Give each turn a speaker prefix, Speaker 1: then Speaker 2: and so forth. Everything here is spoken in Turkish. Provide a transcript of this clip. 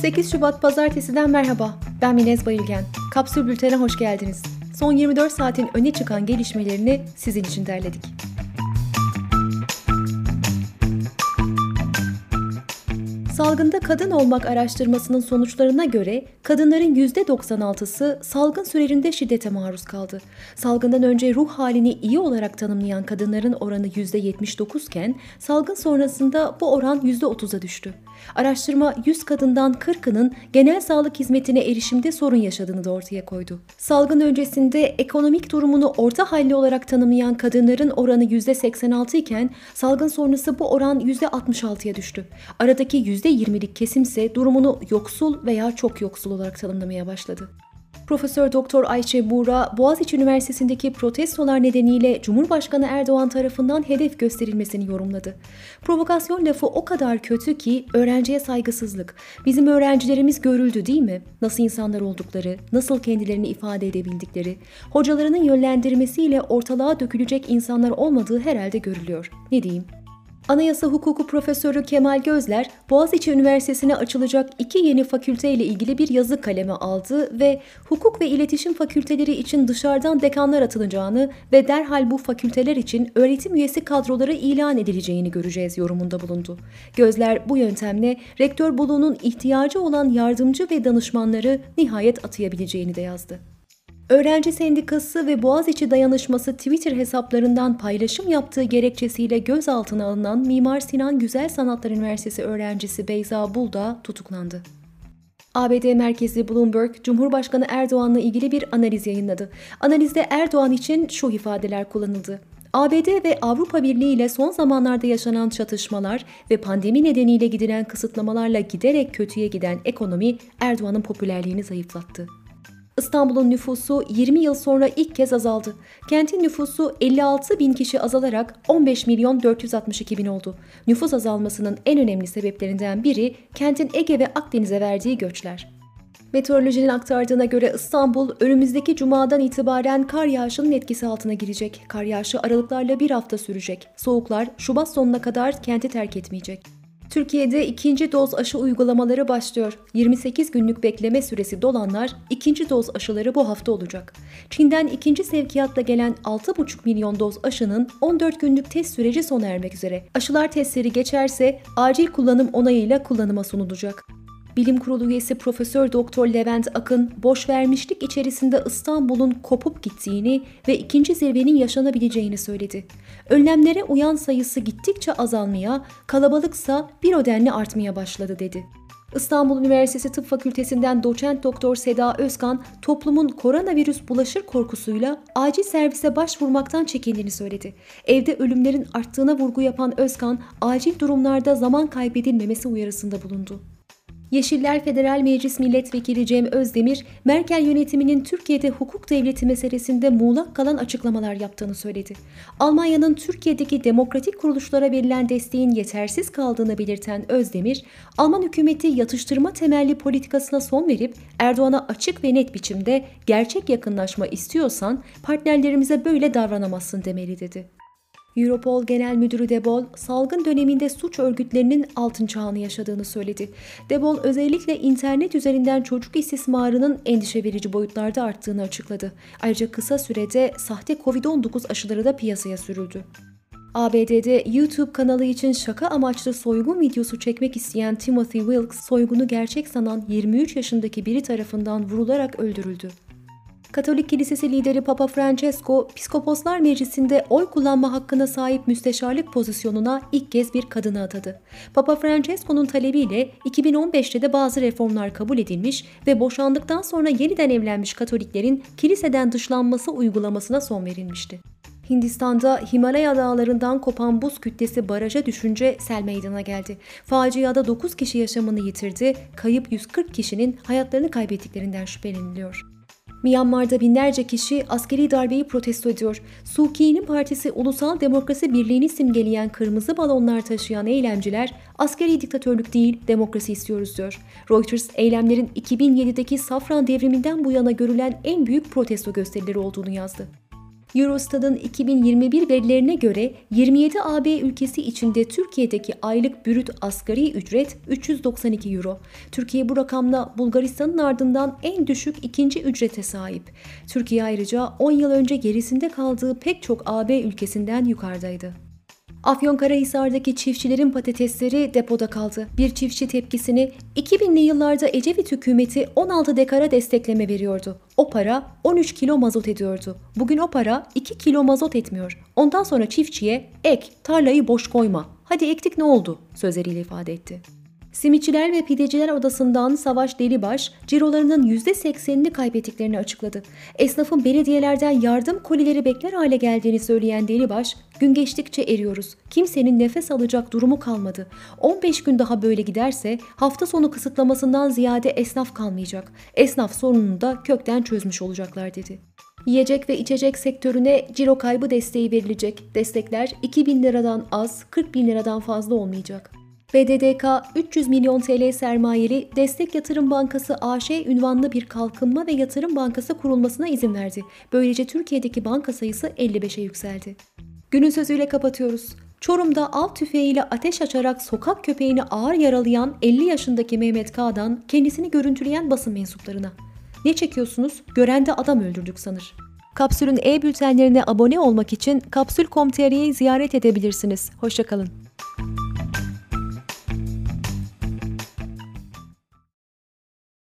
Speaker 1: 8 Şubat Pazartesi'den merhaba. Ben Minez Bayülgen. Kapsül Bülten'e hoş geldiniz. Son 24 saatin öne çıkan gelişmelerini sizin için derledik. Salgında kadın olmak araştırmasının sonuçlarına göre kadınların %96'sı salgın sürecinde şiddete maruz kaldı. Salgından önce ruh halini iyi olarak tanımlayan kadınların oranı %79 iken salgın sonrasında bu oran %30'a düştü. Araştırma 100 kadından 40'ının genel sağlık hizmetine erişimde sorun yaşadığını da ortaya koydu. Salgın öncesinde ekonomik durumunu orta halli olarak tanımlayan kadınların oranı %86 iken salgın sonrası bu oran %66'ya düştü. Aradaki %20'lik kesimse durumunu yoksul veya çok yoksul olarak tanımlamaya başladı. Profesör Doktor Ayşe Buğra, Boğaziçi Üniversitesi'ndeki protestolar nedeniyle Cumhurbaşkanı Erdoğan tarafından hedef gösterilmesini yorumladı. Provokasyon lafı o kadar kötü ki öğrenciye saygısızlık. Bizim öğrencilerimiz görüldü değil mi? Nasıl insanlar oldukları, nasıl kendilerini ifade edebildikleri, hocalarının yönlendirmesiyle ortalığa dökülecek insanlar olmadığı herhalde görülüyor. Ne diyeyim? Anayasa Hukuku Profesörü Kemal Gözler, Boğaziçi Üniversitesi'ne açılacak 2 yeni fakülte ile ilgili bir yazı kaleme aldı ve hukuk ve iletişim fakülteleri için dışarıdan dekanlar atılacağını ve derhal bu fakülteler için öğretim üyesi kadroları ilan edileceğini göreceğiz yorumunda bulundu. Gözler bu yöntemle rektör buluğunun ihtiyacı olan yardımcı ve danışmanları nihayet atayabileceğini de yazdı. Öğrenci Sendikası ve Boğaziçi Dayanışması Twitter hesaplarından paylaşım yaptığı gerekçesiyle gözaltına alınan Mimar Sinan Güzel Sanatlar Üniversitesi öğrencisi Beyza Bulda tutuklandı. ABD merkezli Bloomberg, Cumhurbaşkanı Erdoğan'la ilgili bir analiz yayınladı. Analizde Erdoğan için şu ifadeler kullanıldı. ABD ve Avrupa Birliği ile son zamanlarda yaşanan çatışmalar ve pandemi nedeniyle gidilen kısıtlamalarla giderek kötüye giden ekonomi Erdoğan'ın popülerliğini zayıflattı. İstanbul'un nüfusu 20 yıl sonra ilk kez azaldı. Kentin nüfusu 56 bin kişi azalarak 15 milyon 462 bin oldu. Nüfus azalmasının en önemli sebeplerinden biri kentin Ege ve Akdeniz'e verdiği göçler. Meteorolojinin aktardığına göre İstanbul önümüzdeki cumadan itibaren kar yağışının etkisi altına girecek. Kar yağışı aralıklarla bir hafta sürecek. Soğuklar Şubat sonuna kadar kenti terk etmeyecek. Türkiye'de ikinci doz aşı uygulamaları başlıyor. 28 günlük bekleme süresi dolanlar ikinci doz aşıları bu hafta olacak. Çin'den ikinci sevkiyatla gelen 6,5 milyon doz aşının 14 günlük test süreci sona ermek üzere. Aşılar testleri geçerse acil kullanım onayıyla kullanıma sunulacak. Bilim Kurulu üyesi Profesör Doktor Levent Akın, boşvermişlik içerisinde İstanbul'un kopup gittiğini ve ikinci zirvenin yaşanabileceğini söyledi. Önlemlere uyan sayısı gittikçe azalmaya, kalabalıksa bir o denli artmaya başladı dedi. İstanbul Üniversitesi Tıp Fakültesinden doçent doktor Seda Özkan, toplumun koronavirüs bulaşır korkusuyla acil servise başvurmaktan çekindiğini söyledi. Evde ölümlerin arttığına vurgu yapan Özkan, acil durumlarda zaman kaybedilmemesi uyarısında bulundu. Yeşiller Federal Meclis Milletvekili Cem Özdemir, Merkel yönetiminin Türkiye'de hukuk devleti meselesinde muğlak kalan açıklamalar yaptığını söyledi. Almanya'nın Türkiye'deki demokratik kuruluşlara verilen desteğin yetersiz kaldığını belirten Özdemir, Alman hükümeti yatıştırma temelli politikasına son verip Erdoğan'a açık ve net biçimde gerçek yakınlaşma istiyorsan partnerlerimize böyle davranamazsın demeli dedi. Europol Genel Müdürü De Boll, salgın döneminde suç örgütlerinin altın çağını yaşadığını söyledi. De Boll özellikle internet üzerinden çocuk istismarının endişe verici boyutlarda arttığını açıkladı. Ayrıca kısa sürede sahte Covid-19 aşıları da piyasaya sürüldü. ABD'de YouTube kanalı için şaka amaçlı soygun videosu çekmek isteyen Timothy Wilkes, soygunu gerçek sanan 23 yaşındaki biri tarafından vurularak öldürüldü. Katolik Kilisesi lideri Papa Francesco, Piskoposlar Meclisi'nde oy kullanma hakkına sahip müsteşarlık pozisyonuna ilk kez bir kadını atadı. Papa Francesco'nun talebiyle 2015'te de bazı reformlar kabul edilmiş ve boşandıktan sonra yeniden evlenmiş Katoliklerin kiliseden dışlanması uygulamasına son verilmişti. Hindistan'da Himalaya dağlarından kopan buz kütlesi baraja düşünce sel meydana geldi. Faciada 9 kişi yaşamını yitirdi, kayıp 140 kişinin hayatlarını kaybettiklerinden şüpheleniliyor. Myanmar'da binlerce kişi askeri darbeyi protesto ediyor. Suu Kyi'nin partisi Ulusal Demokrasi Birliği'ni simgeleyen kırmızı balonlar taşıyan eylemciler, askeri diktatörlük değil, demokrasi istiyoruz diyor. Reuters, eylemlerin 2007'deki Safran devriminden bu yana görülen en büyük protesto gösterileri olduğunu yazdı. Eurostat'ın 2021 verilerine göre 27 AB ülkesi içinde Türkiye'deki aylık brüt asgari ücret 392 euro. Türkiye bu rakamla Bulgaristan'ın ardından en düşük ikinci ücrete sahip. Türkiye ayrıca 10 yıl önce gerisinde kaldığı pek çok AB ülkesinden yukarıdaydı. Afyonkarahisar'daki çiftçilerin patatesleri depoda kaldı. Bir çiftçi tepkisini 2000'li yıllarda Ecevit hükümeti 16 dekara destekleme veriyordu. O para 13 kilo mazot ediyordu. Bugün o para 2 kilo mazot etmiyor. Ondan sonra çiftçiye ek, tarlayı boş koyma, hadi ektik ne oldu sözleriyle ifade etti. Simitçiler ve Pideciler Odası'ndan Savaş Delibaş, cirolarının %80'ini kaybettiklerini açıkladı. Esnafın belediyelerden yardım kolileri bekler hale geldiğini söyleyen Delibaş, gün geçtikçe eriyoruz. Kimsenin nefes alacak durumu kalmadı. 15 gün daha böyle giderse hafta sonu kısıtlamasından ziyade esnaf kalmayacak. Esnaf sorununu da kökten çözmüş olacaklar dedi. Yiyecek ve içecek sektörüne ciro kaybı desteği verilecek. Destekler 2.000 liradan az, 40.000 liradan fazla olmayacak. BDDK 300 milyon TL sermayeli Destek Yatırım Bankası AŞ ünvanlı bir kalkınma ve yatırım bankası kurulmasına izin verdi. Böylece Türkiye'deki banka sayısı 55'e yükseldi. Günün sözüyle kapatıyoruz. Çorum'da av tüfeğiyle ateş açarak sokak köpeğini ağır yaralayan 50 yaşındaki Mehmet K'dan kendisini görüntüleyen basın mensuplarına. Ne çekiyorsunuz? Gören de adam öldürdük sanır. Kapsül'ün e-bültenlerine abone olmak için kapsül.com.tr'yi ziyaret edebilirsiniz. Hoşça kalın.